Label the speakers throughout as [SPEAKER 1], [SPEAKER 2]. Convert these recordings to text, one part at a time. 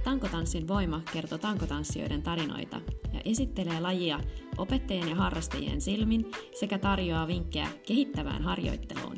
[SPEAKER 1] Tankotanssin voima kertoo tankotanssijoiden tarinoita ja esittelee lajia opettajien ja harrastajien silmin sekä tarjoaa vinkkejä kehittävään harjoitteluun.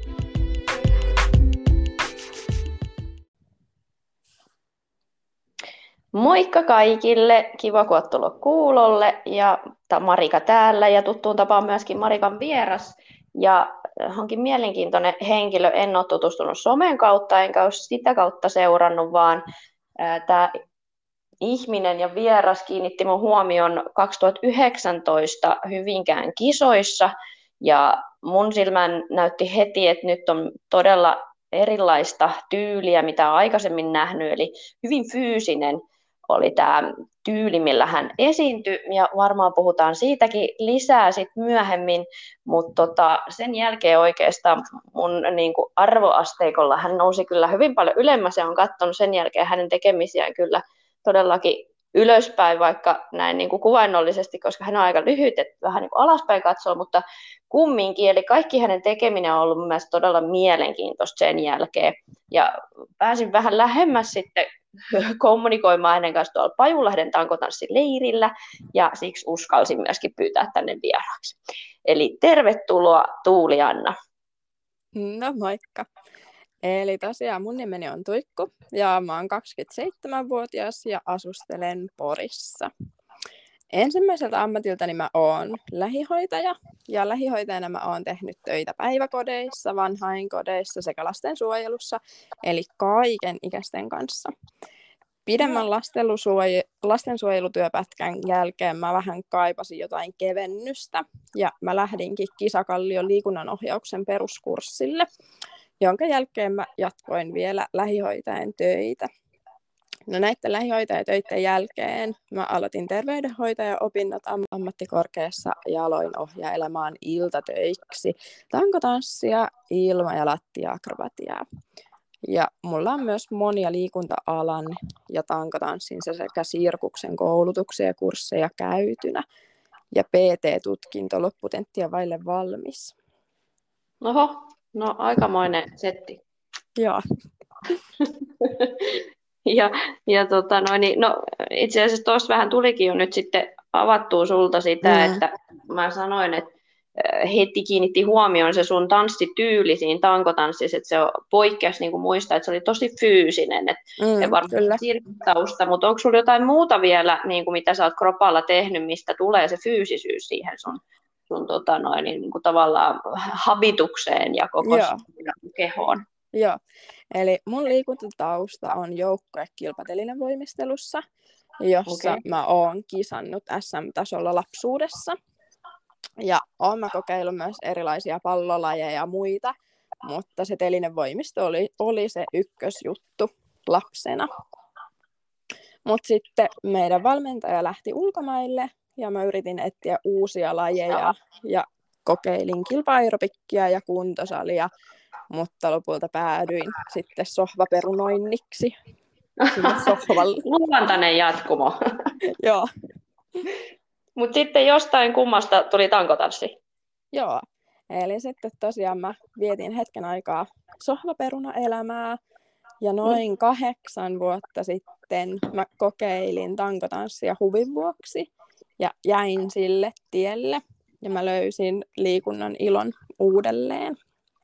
[SPEAKER 2] Moikka kaikille! Kiva, kun olet tullut kuulolle. Ja Marika täällä ja tuttuun tapaan myöskin Marikan vieras. Ja onkin mielenkiintoinen henkilö. En ole tutustunut somen kautta, enkä ole sitä kautta seurannut, vaan tämä ihminen ja vieras kiinnitti mun huomion 2019 Hyvinkään kisoissa. Ja mun silmään näytti heti, että nyt on todella erilaista tyyliä, mitä aikaisemmin nähnyt. Eli hyvin fyysinen oli tämä tyyli, millä hän esiintyi, ja varmaan puhutaan siitäkin lisää sit myöhemmin, mutta sen jälkeen oikeastaan mun arvoasteikolla hän nousi kyllä hyvin paljon ylemmäs, ja on katsonut sen jälkeen hänen tekemisiään kyllä todellakin ylöspäin, vaikka näin kuvainnollisesti, koska hän on aika lyhyt, että vähän alaspäin katsoo, mutta kumminkin, eli kaikki hänen tekeminen on ollut mun mielestä todella mielenkiintoista sen jälkeen, ja pääsin vähän lähemmäs sitten kommunikoimaan hänen kanssa tuolla Pajulahden tankotanssileirillä, ja siksi uskalsin myöskin pyytää tänne vieraaksi. Eli tervetuloa Tuuli-Anna.
[SPEAKER 3] No moikka. Eli tosiaan mun nimeni on Tuikku, ja mä oon 27-vuotias ja asustelen Porissa. Ensimmäiseltä ammatiltani mä oon lähihoitaja, ja lähihoitajana mä oon tehnyt töitä päiväkodeissa, vanhainkodeissa sekä lastensuojelussa, eli kaiken ikäisten kanssa. Pidemmän lastensuojelutyöpätkän jälkeen mä vähän kaipasin jotain kevennystä, ja mä lähdinkin Kisakallion liikunnanohjauksen peruskurssille, jonka jälkeen mä jatkoin vielä lähihoitajan töitä. No näiden lähihoitajatöiden jälkeen mä aloitin terveydenhoitajaopinnot ammattikorkeassa ja aloin ohjailemaan iltatöiksi tankotanssia, ilma- ja lattia-akrobatiaa. Ja mulla on myös monia liikunta-alan ja tankotanssin sekä sirkuksen koulutuksia ja kursseja käytynä. Ja PT-tutkinto lopputenttiä vaille valmis.
[SPEAKER 2] Oho, no aikamoinen setti.
[SPEAKER 3] Joo.
[SPEAKER 2] No, itse asiassa tuossa vähän tulikin jo nyt sitten avattua sulta sitä, että mä sanoin, että heti kiinnitti huomioon se sun tanssityyli siinä tankotanssissa, että se poikkesi niin kuin muista, että se oli tosi fyysinen, että varmaan sirkutausta, mutta onko sulla jotain muuta vielä, niin kuin mitä sä oot kropalla tehnyt, mistä tulee se fyysisyys siihen sun niin kuin tavallaan habitukseen ja koko kehoon?
[SPEAKER 3] Joo, eli mun liikuntatausta on joukkuekilpatelinen voimistelussa, jossa mä oon kisannut SM-tasolla lapsuudessa. Ja oon mä kokeillut myös erilaisia pallolajeja ja muita, mutta se telinen voimisto oli se ykkösjuttu lapsena. Mutta sitten meidän valmentaja lähti ulkomaille ja mä yritin etsiä uusia lajeja ja kokeilin kilpa-aerobikkia ja kuntosalia, mutta lopulta päädyin sitten sohvaperunoinniksi sinne sohvalle.
[SPEAKER 2] Luontainen jatkumo.
[SPEAKER 3] Joo.
[SPEAKER 2] Mutta sitten jostain kummasta tuli tankotanssi.
[SPEAKER 3] Joo, eli sitten tosiaan mä vietin hetken aikaa sohvaperunaelämää ja noin 8 vuotta sitten mä kokeilin tankotanssia huvin vuoksi ja jäin sille tielle ja mä löysin liikunnan ilon uudelleen.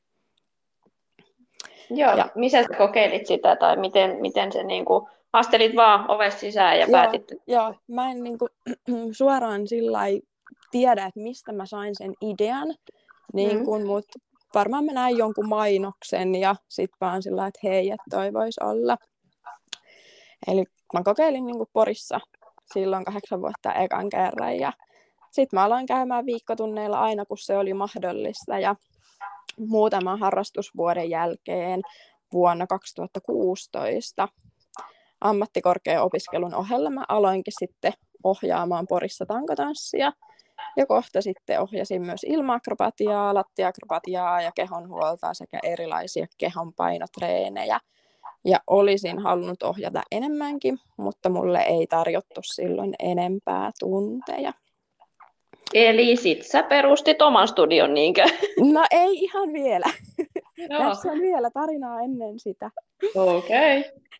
[SPEAKER 2] Joo, ja missä sä kokeilit sitä tai miten se astelit vaan ovesta sisään ja päätit?
[SPEAKER 3] Joo, mä en suoraan sillai tiedä, että mistä mä sain sen idean, mutta varmaan mä näin jonkun mainoksen ja sit vaan sillä, että hei, että toi voisi olla. Eli mä kokeilin Porissa silloin 8 vuotta ekan kerran ja sit mä aloin käymään viikkotunneilla aina, kun se oli mahdollista ja muutaman harrastusvuoden jälkeen vuonna 2016 ammattikorkea-opiskelun ohella mä aloinkin sitten ohjaamaan Porissa tankotanssia ja kohta sitten ohjasin myös ilma-akrobatiaa, lattia-akrobatiaa ja kehonhuoltoa sekä erilaisia kehonpainotreenejä. Ja olisin halunnut ohjata enemmänkin, mutta mulle ei tarjottu silloin enempää tunteja.
[SPEAKER 2] Eli sit sä perustit oman studion, niinkö?
[SPEAKER 3] No ei ihan vielä. Tässä on vielä tarinaa ennen sitä.
[SPEAKER 2] Okei.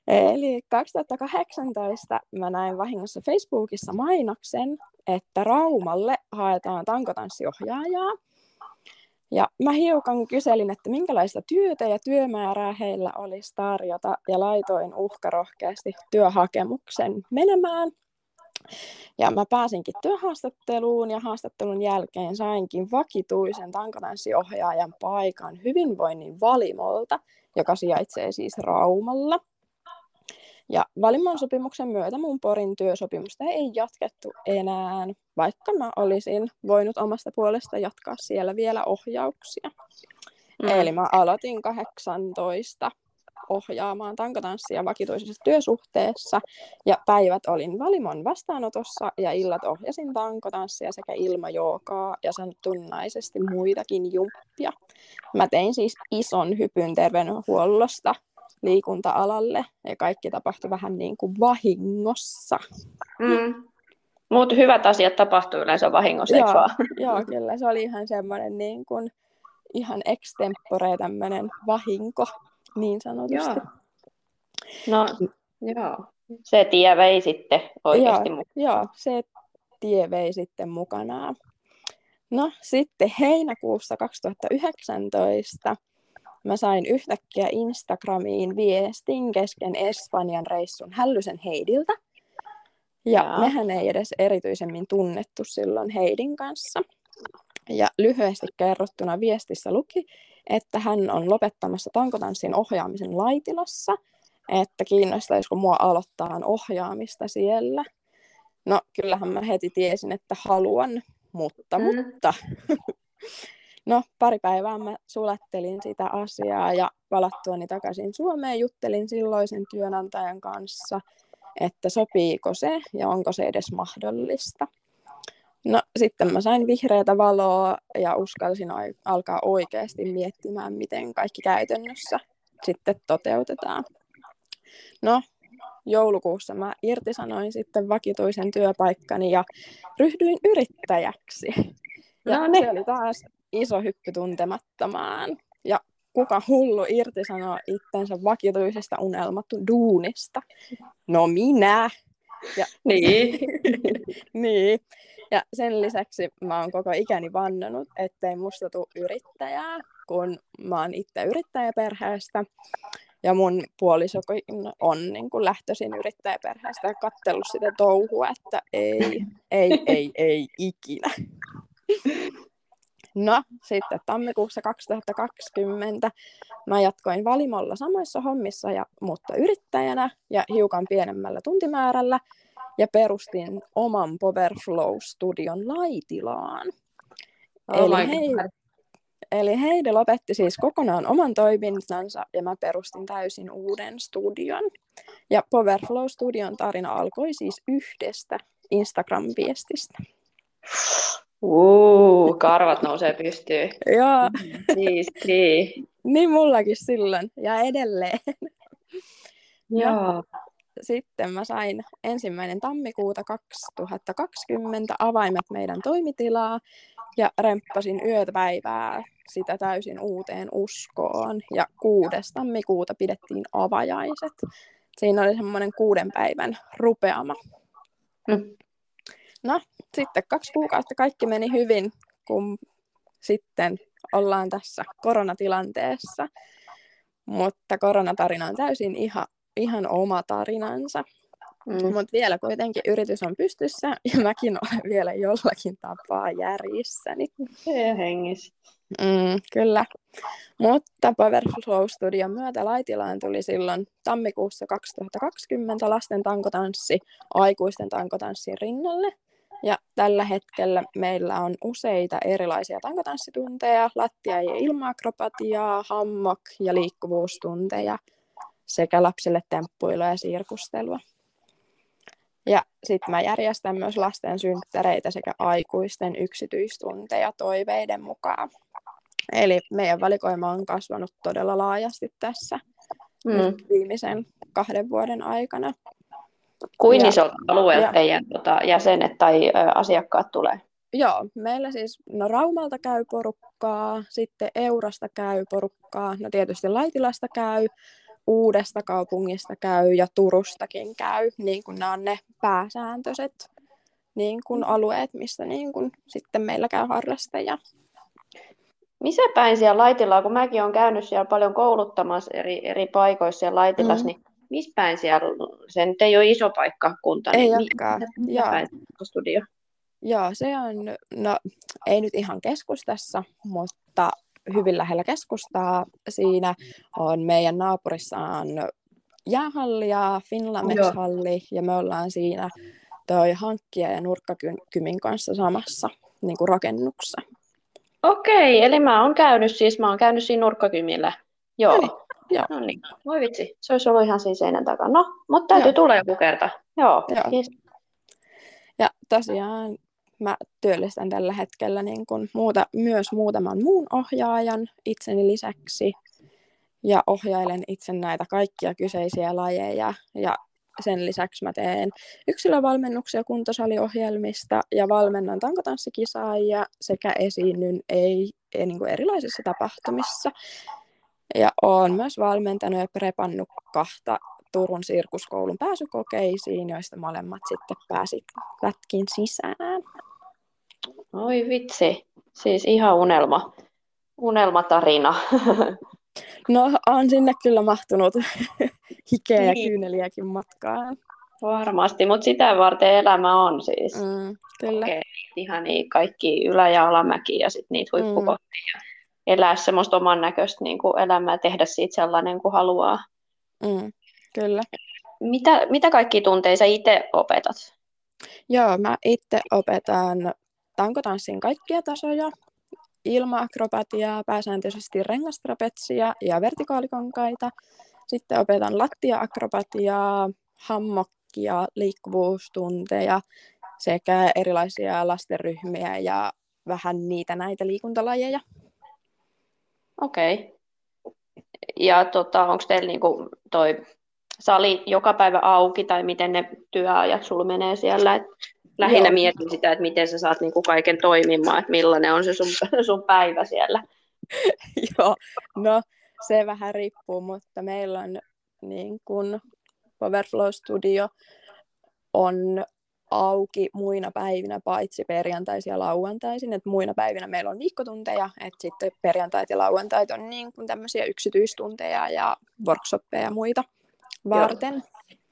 [SPEAKER 3] Eli 2018 mä näin vahingossa Facebookissa mainoksen, että Raumalle haetaan tankotanssiohjaajaa. Ja mä hiukan kyselin, että minkälaista työtä ja työmäärää heillä olisi tarjota, ja laitoin uhkarohkeasti työhakemuksen menemään. Ja mä pääsinkin työhaastatteluun, ja haastattelun jälkeen sainkin vakituisen tankotanssiohjaajan paikan Hyvinvoinnin Valimolta, joka sijaitsee siis Raumalla. Ja Valimon sopimuksen myötä mun Porin työsopimusta ei jatkettu enää, vaikka mä olisin voinut omasta puolesta jatkaa siellä vielä ohjauksia. Eli mä aloitin 18 ohjaamaan tankotanssia vakituisessa työsuhteessa, ja päivät olin Valimon vastaanotossa, ja illat ohjasin tankotanssia sekä ilmajoogaa ja satunnaisesti muitakin jumppia. Mä tein siis ison hypyn terveydenhuollosta liikunta-alalle, ja kaikki tapahtui vähän niin kuin vahingossa.
[SPEAKER 2] Mutta hyvät asiat tapahtuu yleensä vahingossa, eikö vaan?
[SPEAKER 3] Joo, kyllä. Se oli ihan semmoinen niin kuin, ihan extempore tämmöinen vahinko, niin sanotusti.
[SPEAKER 2] No, joo. Se tie vei sitten oikeasti mukaan.
[SPEAKER 3] Joo, se tie vei sitten mukanaan. No, sitten heinäkuussa 2019 mä sain yhtäkkiä Instagramiin viestin kesken Espanjan reissun Hällysen Heidiltä. Ja mehän ei edes erityisemmin tunnettu silloin Heidin kanssa. Ja lyhyesti kerrottuna viestissä luki, että hän on lopettamassa tankotanssin ohjaamisen Laitilassa, että kiinnostaisiko mua aloittaa ohjaamista siellä. No, kyllähän mä heti tiesin, että haluan, mutta. No, pari päivää mä sulattelin sitä asiaa, ja palattuani takaisin Suomeen juttelin silloisen työnantajan kanssa, että sopiiko se ja onko se edes mahdollista. No, sitten mä sain vihreätä valoa ja uskalsin alkaa oikeasti miettimään, miten kaikki käytännössä sitten toteutetaan. No, joulukuussa mä irtisanoin vakituisen työpaikkani ja ryhdyin yrittäjäksi. Ja se oli taas iso hyppy tuntemattomaan. Ja kuka hullu irtisanoo itsensä vakituisesta unelmattu duunista? No minä! Ja, niin. Ja sen lisäksi mä oon koko ikäni vannonut, ettei musta tule yrittäjää, kun mä oon itse yrittäjäperheestä. Ja mun puoliso on niin kuin lähtöisin yrittäjäperheestä ja katsellut sitä touhua, että ei ikinä. No, sitten tammikuussa 2020 mä jatkoin Valimolla samoissa hommissa, mutta yrittäjänä ja hiukan pienemmällä tuntimäärällä, ja perustin oman Powerflow-studion Laitilaan. Eli Heidi lopetti siis kokonaan oman toimintansa, ja mä perustin täysin uuden studion. Ja Powerflow-studion tarina alkoi siis yhdestä Instagram-viestistä.
[SPEAKER 2] Karvat nousee pystyyn.
[SPEAKER 3] Joo.
[SPEAKER 2] Siistiä.
[SPEAKER 3] Niin mullakin silloin, ja edelleen.
[SPEAKER 2] Joo.
[SPEAKER 3] Sitten mä sain 1. tammikuuta 2020 avaimet meidän toimitilaa, ja remppasin yötä päivää sitä täysin uuteen uskoon. Ja 6. tammikuuta pidettiin avajaiset. Siinä oli semmoinen 6 päivän rupeama. No, sitten 2 kuukautta kaikki meni hyvin, kun sitten ollaan tässä koronatilanteessa. Mutta koronatarina on täysin ihan oma tarinansa. Mutta vielä kuitenkin yritys on pystyssä, ja mäkin olen vielä jollakin tapaa järjissäni.
[SPEAKER 2] Se hengissä.
[SPEAKER 3] Kyllä. Mutta Powerflow-studion myötä Laitilaan tuli silloin tammikuussa 2020 lasten tankotanssi aikuisten tankotanssin rinnalle. Ja tällä hetkellä meillä on useita erilaisia tankotanssitunteja, lattia- ja ilma-akrobatiaa, hammok- ja liikkuvuustunteja sekä lapsille temppuilua ja sirkustelua. Ja sitten mä järjestän myös lasten synttäreitä sekä aikuisten yksityistunteja toiveiden mukaan. Eli meidän valikoima on kasvanut todella laajasti tässä nyt viimeisen 2 vuoden aikana.
[SPEAKER 2] Kuin isolta alueelta teidän jäsenet tai asiakkaat tulee?
[SPEAKER 3] Joo, meillä siis Raumalta käy porukkaa, sitten Eurasta käy porukkaa, no tietysti Laitilasta käy, Uudesta kaupungista käy ja Turustakin käy, niin kuin nämä on ne pääsääntöiset niin kuin alueet, missä niin kuin sitten meillä käy harrastajia.
[SPEAKER 2] Missä päin siellä Laitilla, kun mäkin olen käynyt siellä paljon kouluttamassa eri paikoissa siellä Laitilassa, niin missä päin siellä, se nyt ei ole iso paikkakunta,
[SPEAKER 3] Ei
[SPEAKER 2] niin
[SPEAKER 3] olekaan.
[SPEAKER 2] missä päin se studio?
[SPEAKER 3] Joo, se on, no ei nyt ihan keskustassa, mutta hyvin lähellä keskustaa. Siinä on meidän naapurissaan jäähalli ja Finlamex-halli, ja me ollaan siinä toi Hankkija ja Nurkkakymin kanssa samassa niin kuin rakennuksessa.
[SPEAKER 2] Okei, eli mä oon käynyt siinä Nurkkakymillä. Joo.
[SPEAKER 3] Joo.
[SPEAKER 2] No niin, voi vitsi, se olisi ollut ihan siinä seinän takana. No, mutta täytyy tulla joku kerta. Joo.
[SPEAKER 3] Ja tosiaan mä työllistän tällä hetkellä niin kuin myös muutaman muun ohjaajan itseni lisäksi. Ja ohjailen itse näitä kaikkia kyseisiä lajeja. Ja sen lisäksi mä teen yksilövalmennuksia kuntosaliohjelmista ja valmennan tankotanssikisaajia sekä esiinnyn niin kuin erilaisissa tapahtumissa. Ja olen myös valmentanut ja prepannut 2 Turun sirkuskoulun pääsykokeisiin, joista molemmat sitten pääsivätkin sisään.
[SPEAKER 2] Oi vitsi, siis ihan unelmatarina.
[SPEAKER 3] No on sinne kyllä mahtunut hikeä ja kyyneliäkin matkaan.
[SPEAKER 2] Varmasti, mutta sitä varten elämä on siis.
[SPEAKER 3] Kyllä.
[SPEAKER 2] Okei, ihan niin kaikki ylä- ja alamäki ja sitten niitä huippukohtia. Elää semmoista oman näköistä niin kuin elämää, tehdä siitä sellainen kuin haluaa.
[SPEAKER 3] Kyllä.
[SPEAKER 2] Mitä kaikkia tunteja sä itse opetat?
[SPEAKER 3] Joo, mä itse opetan tankotanssin kaikkia tasoja, ilma-akrobatiaa, pääsääntöisesti rengastrapetsia ja vertikaalikonkaita. Sitten opetan lattia-akrobatiaa, hammokkia, liikkuvuustunteja sekä erilaisia lastenryhmiä ja vähän näitä liikuntalajeja.
[SPEAKER 2] Okei. Ja onko teillä niinku toi sali joka päivä auki tai miten ne työajat sulla menee siellä? Et lähinnä mietin sitä, että miten sä saat niinku kaiken toimimaan, että millainen on se sun päivä siellä.
[SPEAKER 3] Joo, no se vähän riippuu, mutta meillä on niin kuin Powerflow Studio on auki muina päivinä, paitsi perjantaisin ja lauantaisin. Et muina päivinä meillä on viikkotunteja, että sitten perjantait ja lauantait on niin kuin tämmöisiä yksityistunteja ja workshoppeja ja muita varten. Joo.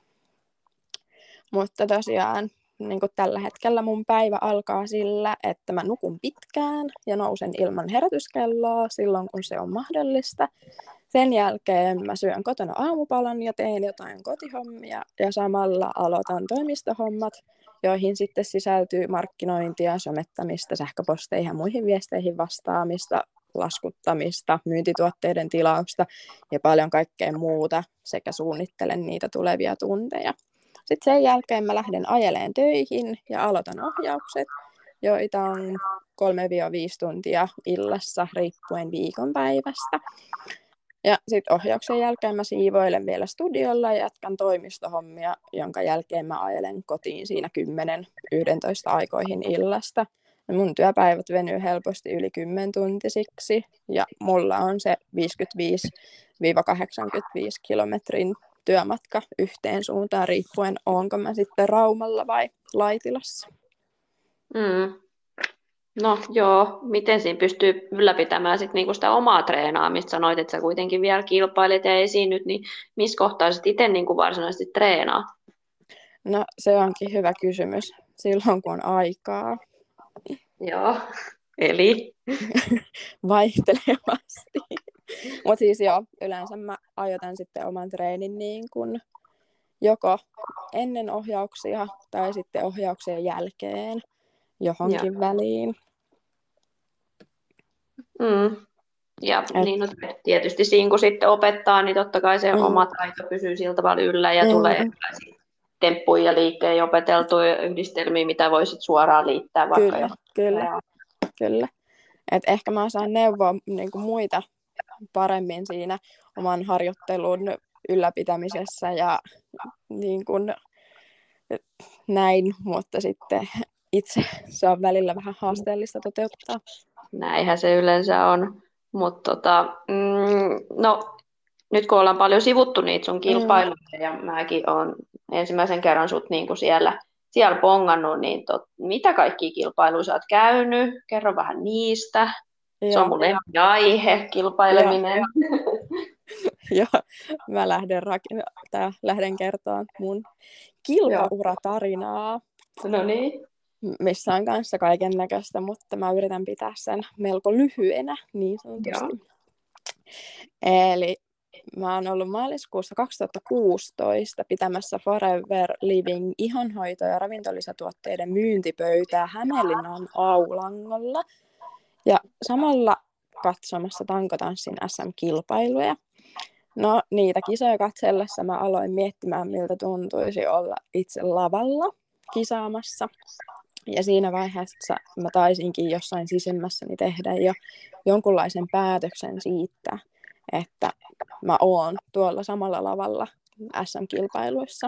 [SPEAKER 3] Mutta tosiaan niin kuin tällä hetkellä mun päivä alkaa sillä, että mä nukun pitkään ja nousen ilman herätyskelloa silloin, kun se on mahdollista. Sen jälkeen mä syön kotona aamupalan ja teen jotain kotihommia ja samalla aloitan toimistohommat, joihin sitten sisältyy markkinointia, somettamista, sähköposteihin ja muihin viesteihin vastaamista, laskuttamista, myyntituotteiden tilausta ja paljon kaikkea muuta sekä suunnittelen niitä tulevia tunteja. Sitten sen jälkeen mä lähden ajeleen töihin ja aloitan ohjaukset, joita on 3-5 tuntia illassa riippuen viikonpäivästä. Ja sitten ohjauksen jälkeen mä siivoilen vielä studiolla ja jatkan toimistohommia, jonka jälkeen mä ajelen kotiin siinä 10-11 aikoihin illasta. Ja mun työpäivät venyy helposti yli 10-tuntisiksi ja mulla on se 55-85 kilometrin työmatka yhteen suuntaan riippuen, onko mä sitten Raumalla vai Laitilassa.
[SPEAKER 2] No joo, miten siinä pystyy ylläpitämään sit niinku sitä omaa treenaamista? Sanoit, että sä kuitenkin vielä kilpailet ja esiinnyt, niin missä kohtaa sä itse niinku varsinaisesti treenaa?
[SPEAKER 3] No se onkin hyvä kysymys. Silloin kun on aikaa.
[SPEAKER 2] Joo, eli?
[SPEAKER 3] Vaihtelevasti. Mutta siis joo, yleensä mä ajoitan sitten oman treenin niin kun joko ennen ohjauksia tai sitten ohjauksien jälkeen johonkin väliin.
[SPEAKER 2] Ja niin, no, tietysti siinä kun sitten opettaa, niin totta kai se oma taito pysyy sillä tavalla yllä ja tulee temppuja ja liikkeen opeteltuja yhdistelmiä, mitä voisit suoraan liittää vaikka.
[SPEAKER 3] Kyllä. Et ehkä mä osaan neuvoa niin kuin muita paremmin siinä oman harjoittelun ylläpitämisessä ja niin kuin näin, mutta sitten itse se on välillä vähän haasteellista toteuttaa.
[SPEAKER 2] Näinhän se yleensä on, mutta no Nyt kun ollaan paljon sivuttu niitä sun kilpailuja ja mäkin olen ensimmäisen kerran sut niinku siellä bongannut, niin mitä kaikkia kilpailuja sä oot käynyt? Kerro vähän niistä. Se on mun lempiaihe, kilpaileminen.
[SPEAKER 3] Joo, mä lähden kertomaan mun kilpauratarinaa.
[SPEAKER 2] No niin.
[SPEAKER 3] Missä on kanssa kaiken näköistä, mutta mä yritän pitää sen melko lyhyenä, niin sanotusti.
[SPEAKER 2] Joo.
[SPEAKER 3] Eli mä oon ollut maaliskuussa 2016 pitämässä Forever Living ihonhoito- ja ravintolisätuotteiden myyntipöytää Hämeenlinnan Aulangolla. Ja samalla katsomassa tankotanssin SM-kilpailuja. No, niitä kisoja katsellessa mä aloin miettimään, miltä tuntuisi olla itse lavalla kisaamassa. Ja siinä vaiheessa mä taisinkin jossain sisimmässäni tehdä jo jonkunlaisen päätöksen siitä, että mä oon tuolla samalla lavalla SM-kilpailuissa.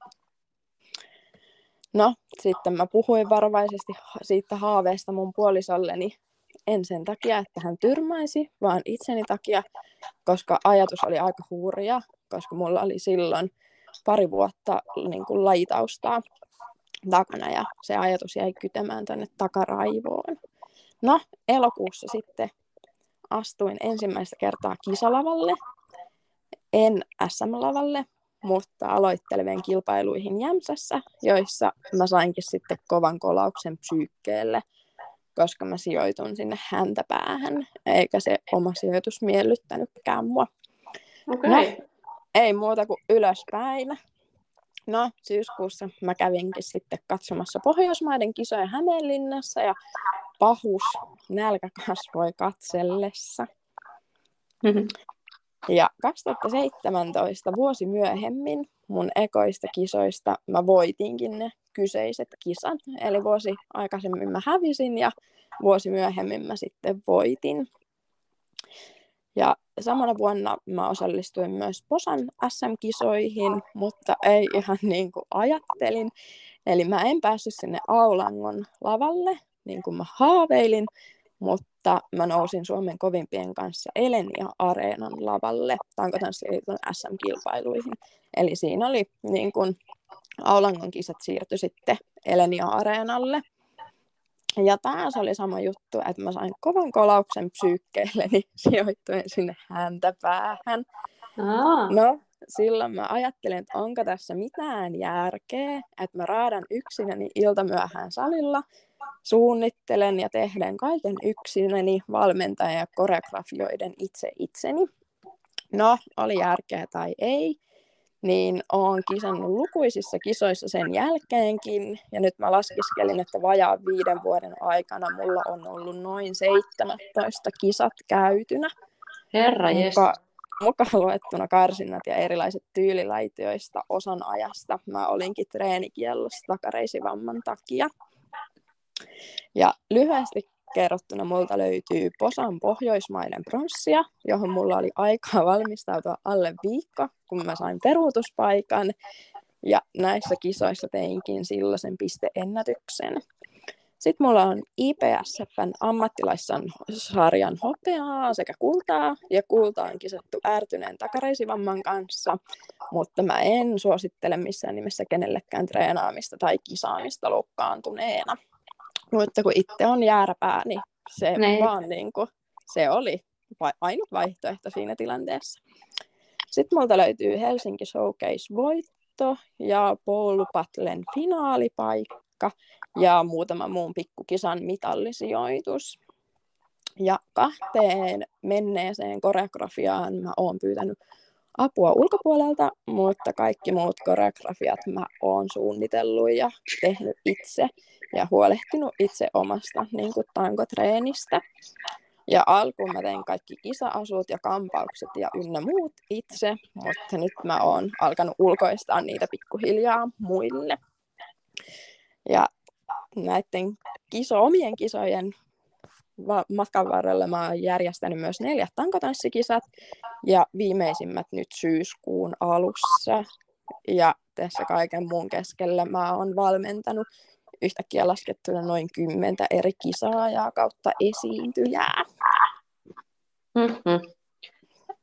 [SPEAKER 3] No, sitten mä puhuin varovaisesti siitä haaveesta mun puolisolleni, en sen takia, että hän tyrmäisi, vaan itseni takia, koska ajatus oli aika hurja, koska mulla oli silloin 2 vuotta niin kuin lajitaustaa takana ja se ajatus jäi kytemään tänne takaraivoon. No, elokuussa sitten astuin ensimmäistä kertaa kisalavalle, en SM-lavalle, mutta aloittelevien kilpailuihin Jämsässä, joissa mä sainkin sitten kovan kolauksen psyykkeelle, koska mä sijoitun sinne häntäpäähän, eikä se oma sijoitus miellyttänytkään mua.
[SPEAKER 2] Okay.
[SPEAKER 3] No, ei muuta kuin ylöspäin. No, syyskuussa mä kävinkin sitten katsomassa Pohjoismaiden kisoja Hämeenlinnassa ja pahus nälkä kasvoi katsellessa.
[SPEAKER 2] Mm-hmm.
[SPEAKER 3] Ja 2017 vuosi myöhemmin mun ekoista kisoista mä voitinkin ne kyseiset kisat. Eli vuosi aikaisemmin mä hävisin ja vuosi myöhemmin mä sitten voitin. Ja samana vuonna mä osallistuin myös Posan SM-kisoihin, mutta ei ihan niin kuin ajattelin. Eli mä en päässyt sinne Aulangon lavalle, niin kuin mä haaveilin, mutta mä nousin Suomen kovimpien kanssa Elenia-areenan lavalle Tankotanssiliiton SM-kilpailuihin. Eli siinä oli niin kuin Aulangon kisat siirtyi sitten Elenia-areenalle. Ja taas oli sama juttu, että mä sain kovan kolauksen psyykkeelleni sijoittuen sinne häntäpäähän. No, silloin mä ajattelin, että onko tässä mitään järkeä, että mä raadan yksinäni iltamyöhään salilla, suunnittelen ja tehden kaiken yksinäni valmentajan ja koreografioiden itse itseni. No, oli järkeä tai ei, niin oon kisannut lukuisissa kisoissa sen jälkeenkin, ja nyt mä laskiskelin, että vajaan 5 vuoden aikana mulla on ollut noin 17 kisat käytynä.
[SPEAKER 2] Herra
[SPEAKER 3] Mukaan luettuna karsinnat ja erilaiset tyylilajit, joista osan ajasta mä olinkin treenikiellossa takareisivamman takia. Ja lyhyesti kerrottuna multa löytyy Posan Pohjoismaiden pronssia, johon mulla oli aikaa valmistautua alle viikko, kun mä sain peruutuspaikan. Ja näissä kisoissa teinkin silloisen pisteennätyksen. Sitten mulla on IPSF:n ammattilaissarjan hopeaa sekä kultaa, ja kulta on kisattu ärtyneen takareisivamman kanssa, mutta mä en suosittele missään nimessä kenellekään treenaamista tai kisaamista loukkaantuneena. Mutta kun itse on jääräpää, niin se vaan niin kuin, se oli ainut vaihtoehto siinä tilanteessa. Sitten multa löytyy Helsinki Showcase-voitto ja Pole Battlen finaalipaikka ja muutama muun pikkukisan mitallisijoitus. Ja 2 menneeseen koreografiaan mä oon pyytänyt apua ulkopuolelta, mutta kaikki muut koreografiat mä oon suunnitellut ja tehnyt itse ja huolehtinut itse omasta niin kuin tankotreenistä. Ja alkuun mä tein kaikki kisa-asut ja kampaukset ja ynnä muut itse, mutta nyt mä oon alkanut ulkoistaa niitä pikkuhiljaa muille. Ja näiden omien kisojen matkan varrella mä oon järjestänyt myös 4 tankotanssikisat ja viimeisimmät nyt syyskuun alussa. Ja tässä kaiken muun keskellä mä oon valmentanut yhtäkkiä laskettuna noin 10 eri kisaajaa kautta esiintyjää.
[SPEAKER 2] Mm-hmm.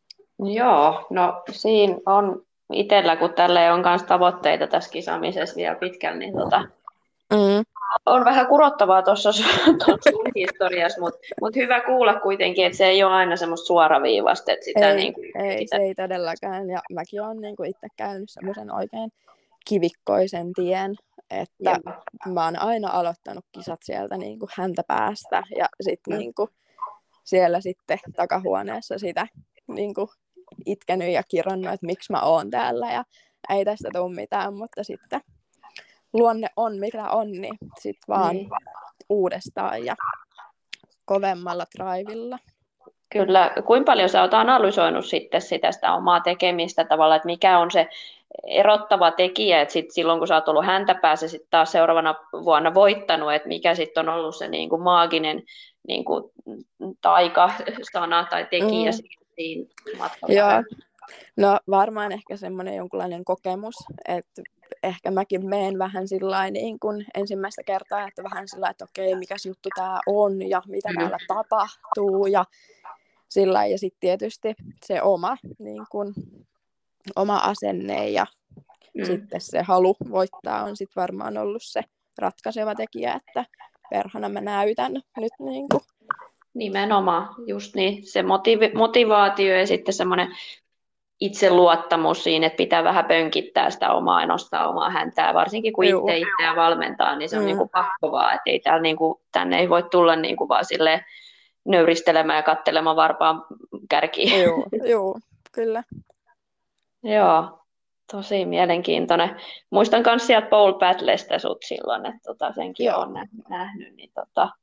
[SPEAKER 2] Joo, no siinä on itsellä, kun tälle on myös tavoitteita tässä kisaamisessa vielä pitkällä, niin
[SPEAKER 3] Mm,
[SPEAKER 2] on vähän kurottavaa tuossa sun historiassa, mutta hyvä kuulla kuitenkin, että se ei ole aina semmoista suoraviivasta, että sitä
[SPEAKER 3] ei,
[SPEAKER 2] niin kuin,
[SPEAKER 3] ei, se ei todellakaan. Ja mäkin olen niin kuin itse käynyt semmoisen oikein kivikkoisen tien, että
[SPEAKER 2] joo.
[SPEAKER 3] mä oon aina aloittanut kisat sieltä niin kuin häntä päästä ja sitten niin kuin siellä sitten takahuoneessa sitä niin kuin itkenyt ja kironnut, että miksi mä oon täällä ja ei tästä tule mitään, mutta sitten luonne on mikä on, niin sitten vaan
[SPEAKER 2] Niin.
[SPEAKER 3] uudestaan ja kovemmalla drivilla.
[SPEAKER 2] Kyllä, kuinka paljon sä oot analysoinut sitten sitä omaa tekemistä tavallaan, että mikä on se erottava tekijä, että sit silloin kun sä oot ollut häntä päässä sitten taas seuraavana vuonna voittanut, että mikä sitten on ollut se niin kuin maaginen niin kuin taikasana tai tekijä siinä matkalla.
[SPEAKER 3] Joo, no varmaan ehkä semmoinen jonkunlainen kokemus, että ehkä mäkin menen vähän sillain niin kuin ensimmäistä kertaa, että vähän sillä että okei, mikäs juttu tää on ja mitä täällä tapahtuu ja sillä ja sitten tietysti se oma, niin kuin, oma asenne ja sitten se halu voittaa on sitten varmaan ollut se ratkaiseva tekijä, että perhana mä näytän nyt niin kuin.
[SPEAKER 2] Nimenomaan, just niin, se motivaatio ja sitten semmoinen itseluottamus siinä, että pitää vähän pönkittää sitä omaa ja nostaa omaa häntää, varsinkin kun itseään valmentaa, niin se on niinku pakko vaan, että ei täällä niinku, tänne ei voi tulla niinku vaan silleen nöyristelemään ja katselemaan varpaan kärkiä.
[SPEAKER 3] Joo, kyllä.
[SPEAKER 2] Joo, tosi mielenkiintoinen. Muistan myös sieltä Pole Battlesta sut silloin, että senkin on nähnyt, niin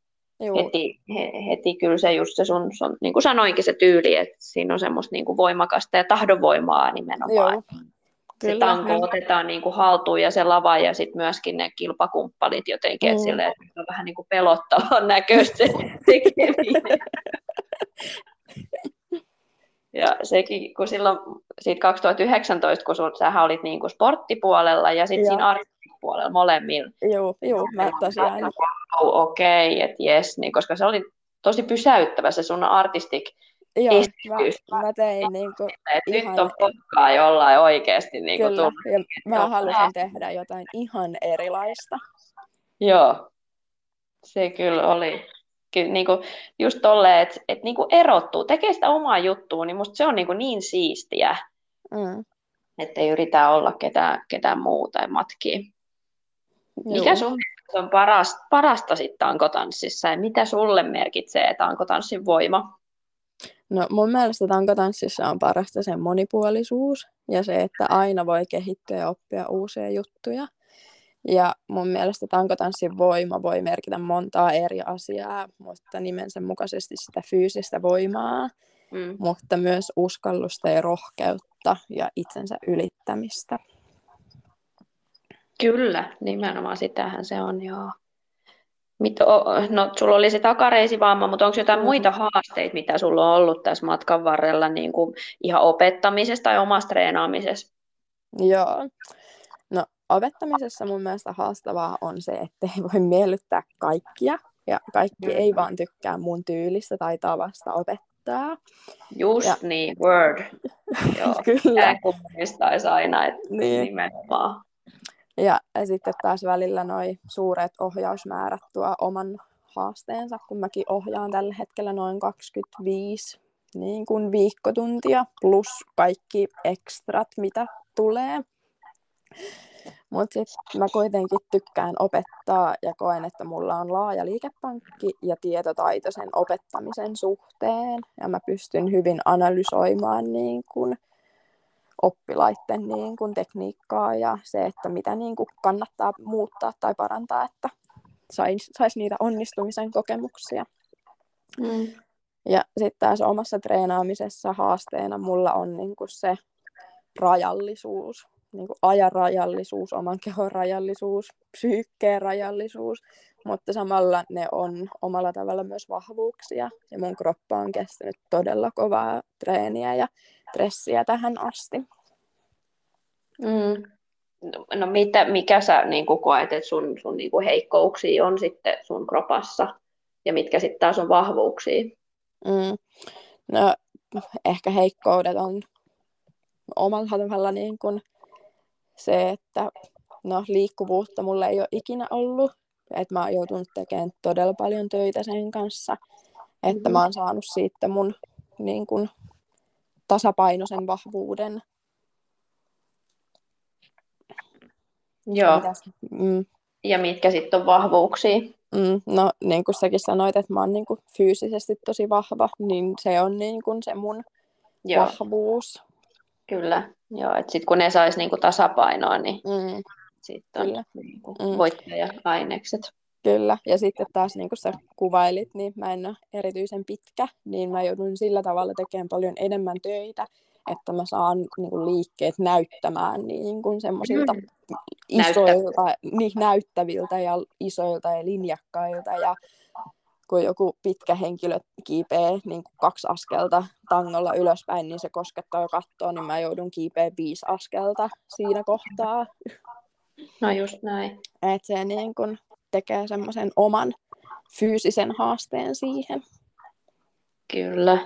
[SPEAKER 2] heti kyllä se just se sun niin kuin sanoinkin se tyyli, että siinä on semmoista niin kuin voimakasta ja tahdonvoimaa nimenomaan.
[SPEAKER 3] Joo,
[SPEAKER 2] se tanko otetaan niin kuin haltuun ja se lava ja sitten myöskin ne kilpakumppanit jotenkin, että silleen, että on vähän niin kuin pelottavan näköistä se tekeminen. Ja sekin, kun silloin siitä 2019, kun sähän olit niin kuin sporttipuolella ja sitten siinä artistipuolella molemmilla.
[SPEAKER 3] Joo, mä tosiaan.
[SPEAKER 2] Okei, että jes, niin, koska se oli tosi pysäyttävä se sun artistik esitys.
[SPEAKER 3] Mä tein niinku
[SPEAKER 2] ihan... Nyt on pokkaa jollain oikeasti. Niin
[SPEAKER 3] kyllä, ja mä halusin tehdä jotain ihan erilaista.
[SPEAKER 2] Joo, se kyllä oli. Niin kuin just tolleen, että niin kuin erottuu, tekee sitä omaa juttua, niin musta se on niin siistiä, ettei yritä olla ketään muuta tai matkia. Mikä sun on parasta sitten tankotanssissa ja mitä sulle merkitsee tankotanssin voima?
[SPEAKER 3] No mun mielestä tankotanssissa on parasta sen monipuolisuus ja se, että aina voi kehittyä ja oppia uusia juttuja. Ja mun mielestä tankotanssin voima voi merkitä montaa eri asiaa, mutta nimensä mukaisesti sitä fyysistä voimaa, mutta myös uskallusta ja rohkeutta ja itsensä ylittämistä.
[SPEAKER 2] Kyllä, nimenomaan sitähän se on, joo. No, sulla oli se takareisivamma, mutta onko jotain muita haasteita, mitä sulla on ollut tässä matkan varrella niin kuin ihan opettamisessa tai omassa treenaamisessa?
[SPEAKER 3] Joo. No, opettamisessa mun mielestä haastavaa on se, että ei voi miellyttää kaikkia ja kaikki ei vaan tykkää mun tyylistä tai tavasta opettaa.
[SPEAKER 2] Just niin, word. Joo,
[SPEAKER 3] kyllä.
[SPEAKER 2] Muistaisi aina, että nimenomaan.
[SPEAKER 3] Ja sitten taas välillä noi suuret ohjausmäärät tuo oman haasteensa, kun mäkin ohjaan tällä hetkellä noin 25 niin kuin viikkotuntia plus kaikki ekstrat, mitä tulee. Mutta sitten mä kuitenkin tykkään opettaa ja koen, että mulla on laaja liikepankki ja tietotaito sen opettamisen suhteen. Ja mä pystyn hyvin analysoimaan niin kun oppilaiden niin kun tekniikkaa ja se, että mitä niin kun kannattaa muuttaa tai parantaa, että sais niitä onnistumisen kokemuksia. Ja sitten taas omassa treenaamisessa haasteena mulla on niin kun se rajallisuus. Niin kuin ajan rajallisuus, oman kehon rajallisuus, psyykkeen rajallisuus, mutta samalla ne on omalla tavalla myös vahvuuksia. Ja mun kroppa on kestänyt todella kovaa treeniä ja stressiä tähän asti.
[SPEAKER 2] No mikä sä niin kuin koet, että sun niin kuin heikkouksia on sitten sun kropassa ja mitkä sitten taas on vahvuuksia?
[SPEAKER 3] No ehkä heikkoudet on omalla tavalla niin kuin se, että no, liikkuvuutta mulla ei ole ikinä ollut. Että mä oon joutunut tekemään todella paljon töitä sen kanssa. Että mä oon saanut siitä mun niin kuin tasapainoisen vahvuuden.
[SPEAKER 2] Joo. Ja mitkä sitten on vahvuuksia?
[SPEAKER 3] No niin kuin säkin sanoit, että mä oon niin kuin fyysisesti tosi vahva, niin se on niin kuin se mun vahvuus.
[SPEAKER 2] Kyllä, joo, että sitten kun ne sais niinku tasapainoa, niin sitten on niinku voittaja-ainekset.
[SPEAKER 3] Kyllä, ja sitten taas niin kuin sä kuvailit, niin mä en ole erityisen pitkä, niin mä joudun sillä tavalla tekemään paljon enemmän töitä, että mä saan niin kuin liikkeet näyttämään niin kuin semmoisilta isoilta, näyttäviltä ja isoilta ja linjakkailta, ja kun joku pitkä henkilö kiipee niin kuin 2 askelta tangolla ylöspäin, niin se koskettaa jo kattoa, niin mä joudun kiipeä 5 askelta siinä kohtaa.
[SPEAKER 2] No just näin.
[SPEAKER 3] Että se niin kuin tekee semmoisen oman fyysisen haasteen siihen.
[SPEAKER 2] Kyllä.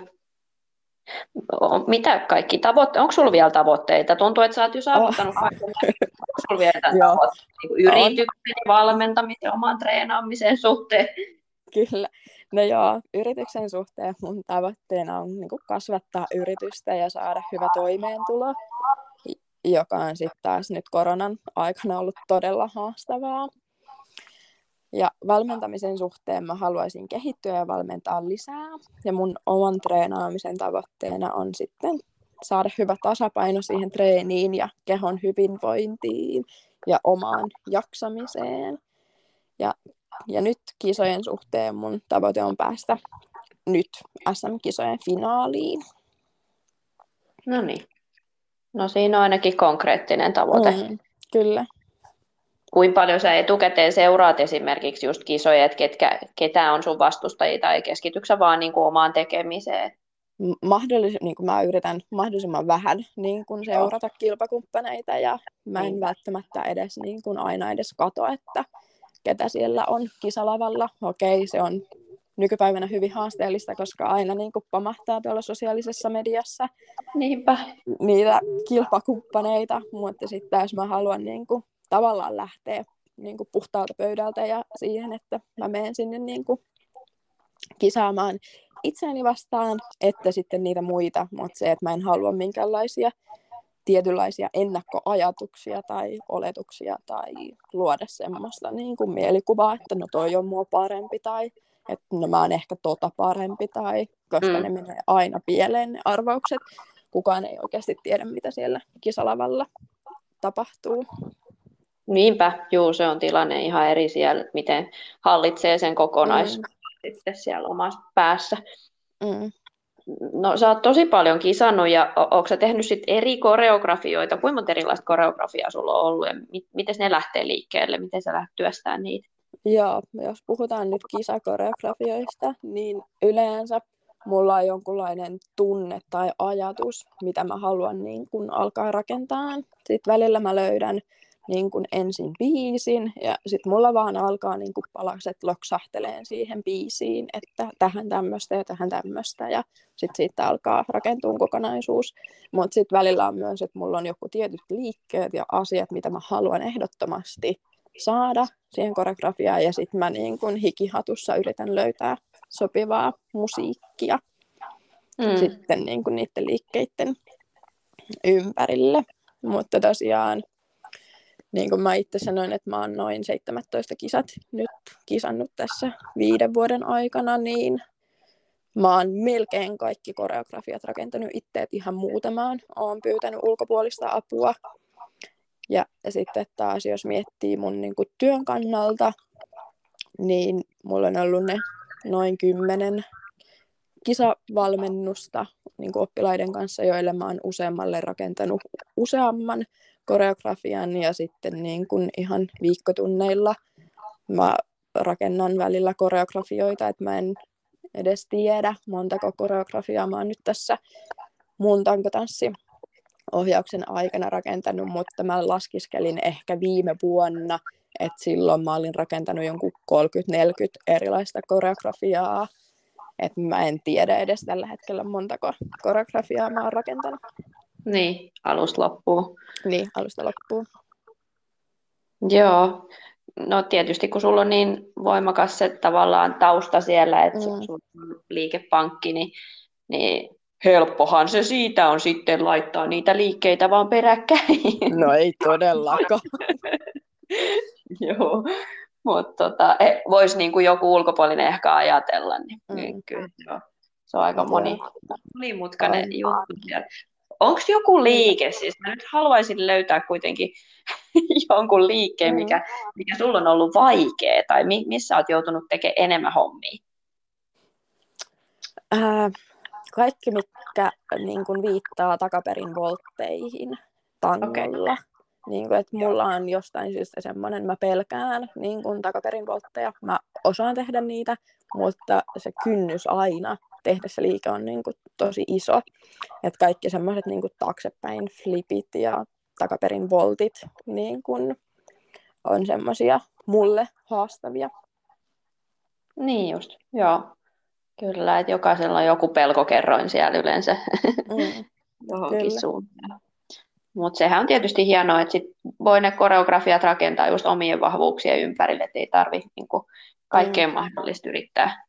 [SPEAKER 2] Mitä kaikki tavoitteita? Onko sulla vielä tavoitteita? Tuntuu, että sä oot jo saavuttanut kaiken. Onko sulla vielä tavoitteita yrityksen, valmentamisen, oman treenaamisen suhteen?
[SPEAKER 3] Kyllä. No joo, yrityksen suhteen mun tavoitteena on niin kuin kasvattaa yritystä ja saada hyvä toimeentulo, joka on sitten taas nyt koronan aikana ollut todella haastavaa. Ja valmentamisen suhteen mä haluaisin kehittyä ja valmentaa lisää. Ja mun oman treenaamisen tavoitteena on sitten saada hyvä tasapaino siihen treeniin ja kehon hyvinvointiin ja omaan jaksamiseen. Ja nyt kisojen suhteen mun tavoite on päästä nyt SM-kisojen finaaliin.
[SPEAKER 2] No niin. No siinä on ainakin konkreettinen tavoite.
[SPEAKER 3] Kyllä.
[SPEAKER 2] Kuinka paljon sä etukäteen seuraat esimerkiksi just kisoja, että ketä on sun vastustajia, tai keskityksä vaan niin kuin omaan tekemiseen?
[SPEAKER 3] Niin kuin mä yritän mahdollisimman vähän niin kuin seurata kilpakumppaneita, ja mä en välttämättä edes niin kuin aina edes katso, että ketä siellä on kisalavalla. Okei, se on nykypäivänä hyvin haasteellista, koska aina niin kuin pamahtaa tuolla sosiaalisessa mediassa niitä kilpakumppaneita, mutta sitten jos mä haluan niin kuin tavallaan lähteä niin kuin puhtaalta pöydältä ja siihen, että mä menen sinne niin kuin kisaamaan itseäni vastaan, että sitten niitä muita, mutta se, että mä en halua minkäänlaisia tietynlaisia ennakkoajatuksia tai oletuksia tai luoda semmoista niin kuin mielikuvaa, että no toi on mua parempi tai että no mä oon ehkä parempi tai koska ne menee aina pieleen ne arvaukset. Kukaan ei oikeasti tiedä, mitä siellä kisalavalla tapahtuu.
[SPEAKER 2] Niinpä, juu, se on tilanne ihan eri siellä, miten hallitsee sen kokonaisuuden sitten siellä omassa päässä. No sä oot tosi paljon kisannut ja ootko sä tehnyt sit eri koreografioita? Kuinka monta erilaista koreografiaa sulla on ollut ja miten ne lähtee liikkeelle? Miten sä lähdet työstämään niitä?
[SPEAKER 3] Joo, jos puhutaan nyt kisakoreografioista, niin yleensä mulla on jonkunlainen tunne tai ajatus, mitä mä haluan niin kun alkaa rakentaa. Sitten välillä mä löydän niin kun ensin biisin ja sitten mulla vaan alkaa niin kun palaset loksahteleen siihen biisiin, että tähän tämmöistä ja tähän tämmöistä ja sitten siitä alkaa rakentua kokonaisuus. Mutta sitten välillä on myös, että mulla on joku tietyt liikkeet ja asiat, mitä mä haluan ehdottomasti saada siihen koreografiaan ja sitten mä niin kun hikihatussa yritän löytää sopivaa musiikkia sitten niin kun niiden liikkeiden ympärille. Mutta tosiaan, niin kuin mä itse sanoin, että mä oon noin 17 kisat nyt kisannut tässä 5 vuoden aikana, niin mä oon melkein kaikki koreografiat rakentanut itse, että ihan muutamaan oon pyytänyt ulkopuolista apua. Ja sitten taas, jos miettii mun niin kuin työn kannalta, niin mulla on ollut ne noin 10 kisavalmennusta niin kuin oppilaiden kanssa, joille mä oon useammalle rakentanut useamman koreografian ja sitten niin kuin ihan viikkotunneilla mä rakennan välillä koreografioita, että mä en edes tiedä montako koreografiaa mä oon nyt tässä mun tankotanssiohjauksen aikana rakentanut, mutta mä laskiskelin ehkä viime vuonna, että silloin mä olin rakentanut jonkun 30-40 erilaista koreografiaa, että mä en tiedä edes tällä hetkellä montako koreografiaa mä oon rakentanut.
[SPEAKER 2] Niin, alusta loppuun.
[SPEAKER 3] Niin, alusta loppuun.
[SPEAKER 2] Joo. No tietysti kun sulla on niin voimakas se tavallaan tausta siellä, että sulla on liikepankki, niin helppohan se siitä on sitten laittaa niitä liikkeitä vaan peräkkäin.
[SPEAKER 3] No ei todellakaan.
[SPEAKER 2] Joo, mutta voisi niin kuin joku ulkopuolinen ehkä ajatella, niin kyllä joo. Se on aika monimutkainen juttu. Onko joku liike, siis mä nyt haluaisin löytää kuitenkin jonkun liikkeen, mikä sulla on ollut vaikea, tai missä olet joutunut tekemään enemmän hommia?
[SPEAKER 3] Kaikki, mitkä niin kun viittaa takaperin voltteihin tangolla. Okay. Niin kun, että mulla on jostain syystä semmoinen, mä pelkään niin kun takaperin voltteja. Mä osaan tehdä niitä, mutta se kynnys aina tehdä se liike on niin kun tosi iso. Et kaikki semmoiset niin kun taaksepäin flipit ja takaperin voltit niin kun on semmoisia mulle haastavia.
[SPEAKER 2] Niin just, joo. Kyllä, että jokaisella on joku pelkokerroin siellä yleensä johonkin suuntaan. Mutta sehän on tietysti hienoa, että sit voi ne koreografiat rakentaa just omien vahvuuksien ympärille, että ei tarvitse niinku kaikkea mahdollista yrittää.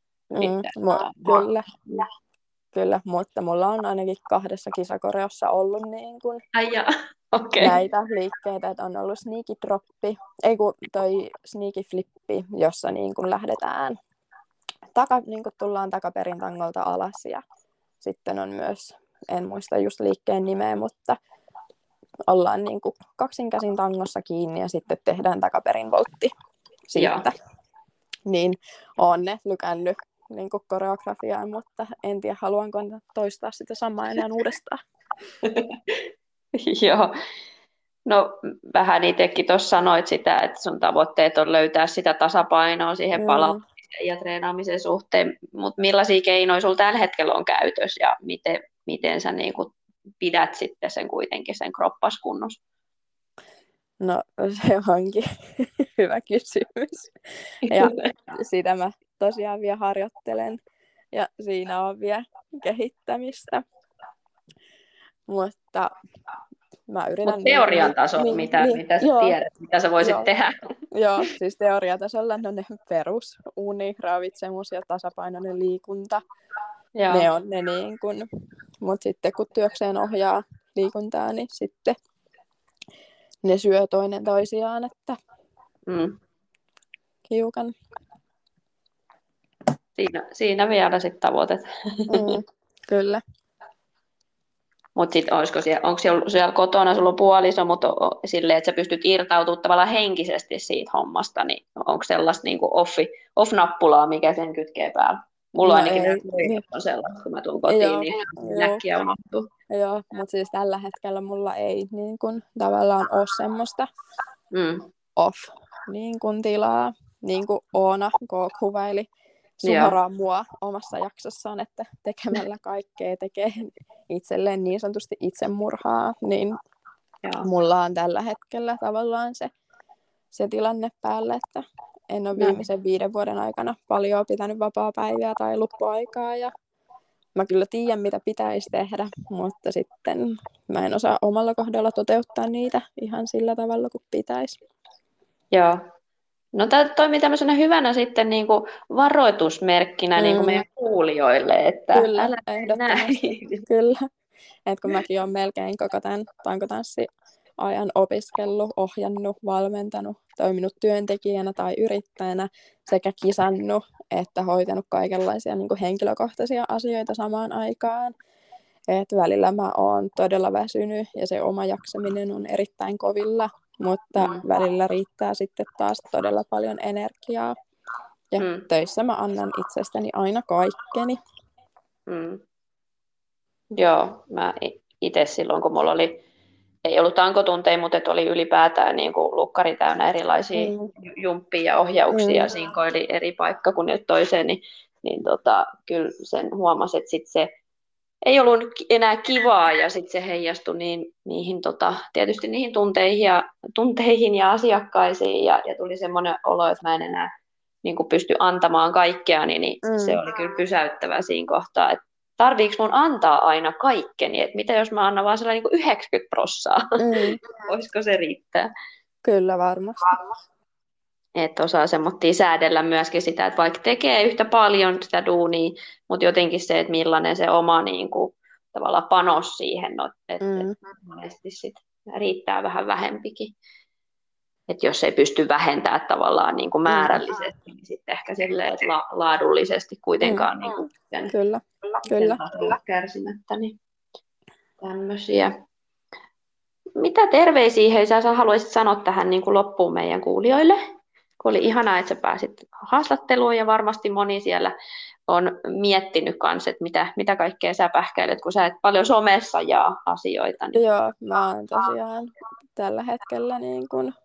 [SPEAKER 3] Kyllä, mutta mulla on ainakin 2 kisakoreossa ollut niin kun
[SPEAKER 2] okay.
[SPEAKER 3] näitä liikkeitä, että on ollut sneaky droppi, toi sneaky flippi, jossa niin kun lähdetään niin kun tullaan takaperin tangolta alas ja sitten on myös, en muista just liikkeen nimeä, mutta ollaan niin kuin kaksinkäsin tangossa kiinni ja sitten tehdään takaperin voltti siitä. Niin oon ne lykännyt niin kuin koreografiaan, mutta en tiedä haluanko toistaa sitä samaa enää uudestaan.
[SPEAKER 2] Joo. No vähän itsekin tuossa sanoit sitä, että sun tavoitteet on löytää sitä tasapainoa siihen palaamiseen ja treenaamisen suhteen, mutta millaisia keinoja sulla tällä hetkellä on käytössä ja miten sä niin kuin pidät sitten sen kuitenkin sen kroppaskunnossa?
[SPEAKER 3] No se onkin hyvä kysymys. Ja sitä mä tosiaan vielä harjoittelen ja siinä on vielä kehittämistä. Mutta mä yritän...
[SPEAKER 2] Mutta teorian taso, mitä sä tiedät, mitä sä voisit tehdä?
[SPEAKER 3] Joo, siis teoriatasolla no ne perus uni, ravitsemus ja tasapainoinen liikunta. Joo. Ne on ne niin kun, mutta sitten kun työkseen ohjaa liikuntaa, niin sitten ne syö toinen toisiaan, että hiukan.
[SPEAKER 2] Siinä vielä sitten tavoitet.
[SPEAKER 3] Kyllä.
[SPEAKER 2] Mutta sitten onko siellä kotona, sulla on puoliso, mutta silleen, että sä pystyt irtautumaan tavallaan henkisesti siitä hommasta, niin onko sellaista niinku off-nappulaa, mikä sen kytkee päällä? Mulla ainakin on sellaista, kun mä tuun kotiin, niin näkkiä unohtuu.
[SPEAKER 3] Joo, mutta siis tällä hetkellä mulla ei niin kun, tavallaan ole semmoista off-tilaa, niin kuin Oona kuvaili suoraan mua omassa jaksossaan, että tekemällä kaikkea tekee itselleen niin sanotusti itsemurhaa, niin mulla on tällä hetkellä tavallaan se tilanne päällä, että en ole viimeisen 5 vuoden aikana paljon pitänyt vapaapäiviä tai luppuaikaa ja mä kyllä tiedän, mitä pitäisi tehdä, mutta sitten mä en osaa omalla kohdalla toteuttaa niitä ihan sillä tavalla kuin pitäisi.
[SPEAKER 2] Joo. No tämä toimii tämmöisenä hyvänä sitten niin kuin varoitusmerkkinä niin kuin meidän kuulijoille, että
[SPEAKER 3] kyllä, ehdottomasti. Kyllä, että kun mäkin olen melkein koko tämän tankotanssiajan opiskellut, ohjannut, valmentanut, toiminut työntekijänä tai yrittäjänä sekä kisannut että hoitanut kaikenlaisia niin kuin henkilökohtaisia asioita samaan aikaan. Et välillä mä oon todella väsynyt ja se oma jaksaminen on erittäin kovilla, mutta välillä riittää sitten taas todella paljon energiaa. Ja töissä mä annan itsestäni aina kaikkeni.
[SPEAKER 2] Joo, mä itse silloin kun mulla ei ollut tankotunteja, mutta oli ylipäätään niin kuin lukkari täynnä erilaisia jumppia ja ohjauksia ja sinkoili eri paikkakunnilta toiseen, niin kyllä sen huomasi, että sit se ei ollut enää kivaa ja sitten se heijastui niihin, tietysti niihin tunteihin ja asiakkaisiin ja tuli semmoinen olo, että mä en enää niin kuin pysty antamaan kaikkeani, niin se oli kyllä pysäyttävä siinä kohtaa, että tarviiko mun antaa aina kaikkeni, että mitä jos mä annan vaan sellainen niin 90%, voisiko se riittää?
[SPEAKER 3] Kyllä varmasti.
[SPEAKER 2] Että osaa semmoittia säädellä myöskin sitä, että vaikka tekee yhtä paljon sitä duunia, mutta jotenkin se, että millainen se oma niin kuin, tavallaan panos siihen, että monesti sit riittää vähän vähempikin. Että jos ei pysty vähentämään tavallaan niin kuin määrällisesti, niin sitten ehkä silleen, että laadullisesti kuitenkaan niin kuin sen tasolla kärsimättä. Niin tämmöisiä. Mitä terveisiä Heisa sä haluaisit sanoa tähän niin kuin loppuun meidän kuulijoille? Kun oli ihanaa, että sä pääsit haastatteluun ja varmasti moni siellä on miettinyt kanssa, että mitä kaikkea sä pähkäilet, kun sä et paljon somessa jaa asioita. Niin...
[SPEAKER 3] Joo, mä oon tosiaan tällä hetkellä niin kun,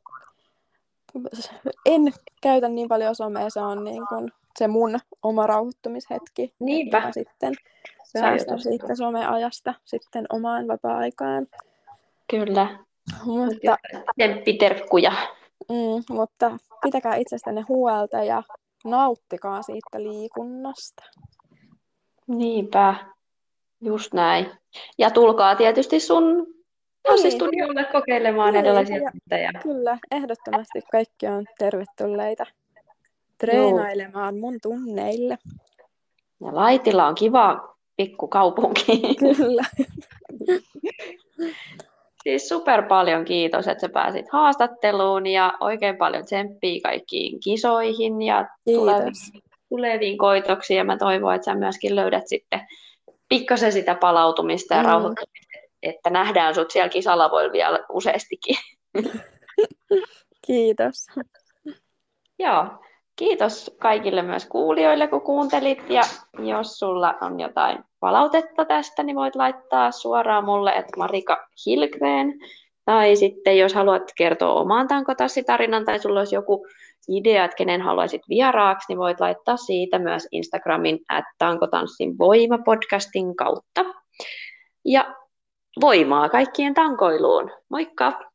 [SPEAKER 3] en käytä niin paljon somea, se on niin kun se mun oma rauhoittumishetki.
[SPEAKER 2] Niinpä.
[SPEAKER 3] Että mä sitten säästän siitä someajasta sitten omaan vapaa-aikaan.
[SPEAKER 2] Kyllä.
[SPEAKER 3] Mutta
[SPEAKER 2] temppiterkkuja.
[SPEAKER 3] Mutta pitäkää itsestänne huolta ja nauttikaa siitä liikunnasta.
[SPEAKER 2] Niinpä, just näin. Ja tulkaa tietysti sun tanssistudiolle kokeilemaan erilaisia tunteja.
[SPEAKER 3] Kyllä, ehdottomasti kaikki on tervetulleita treenailemaan mun tunneille.
[SPEAKER 2] Ja Laitila on kiva pikkukaupunki.
[SPEAKER 3] Kyllä.
[SPEAKER 2] Siis super paljon kiitos, että sä pääsit haastatteluun ja oikein paljon tsemppiä kaikkiin kisoihin ja tuleviin koitoksiin. Ja mä toivon, että sä myöskin löydät sitten pikkasen sitä palautumista ja rauhoittumista, että nähdään sut siellä kisalavoilla vielä useastikin.
[SPEAKER 3] Kiitos.
[SPEAKER 2] Joo, kiitos kaikille myös kuulijoille, kun kuuntelit. Ja jos sulla on jotain palautetta tästä, niin voit laittaa suoraan mulle, että Marika Hillgren. Tai sitten jos haluat kertoa oman tankotanssitarinan tai sulla olisi joku idea, että kenen haluaisit vieraaksi, niin voit laittaa siitä myös Instagramin @tankotanssin voima podcastin kautta. Ja voimaa kaikkien tankoiluun. Moikka!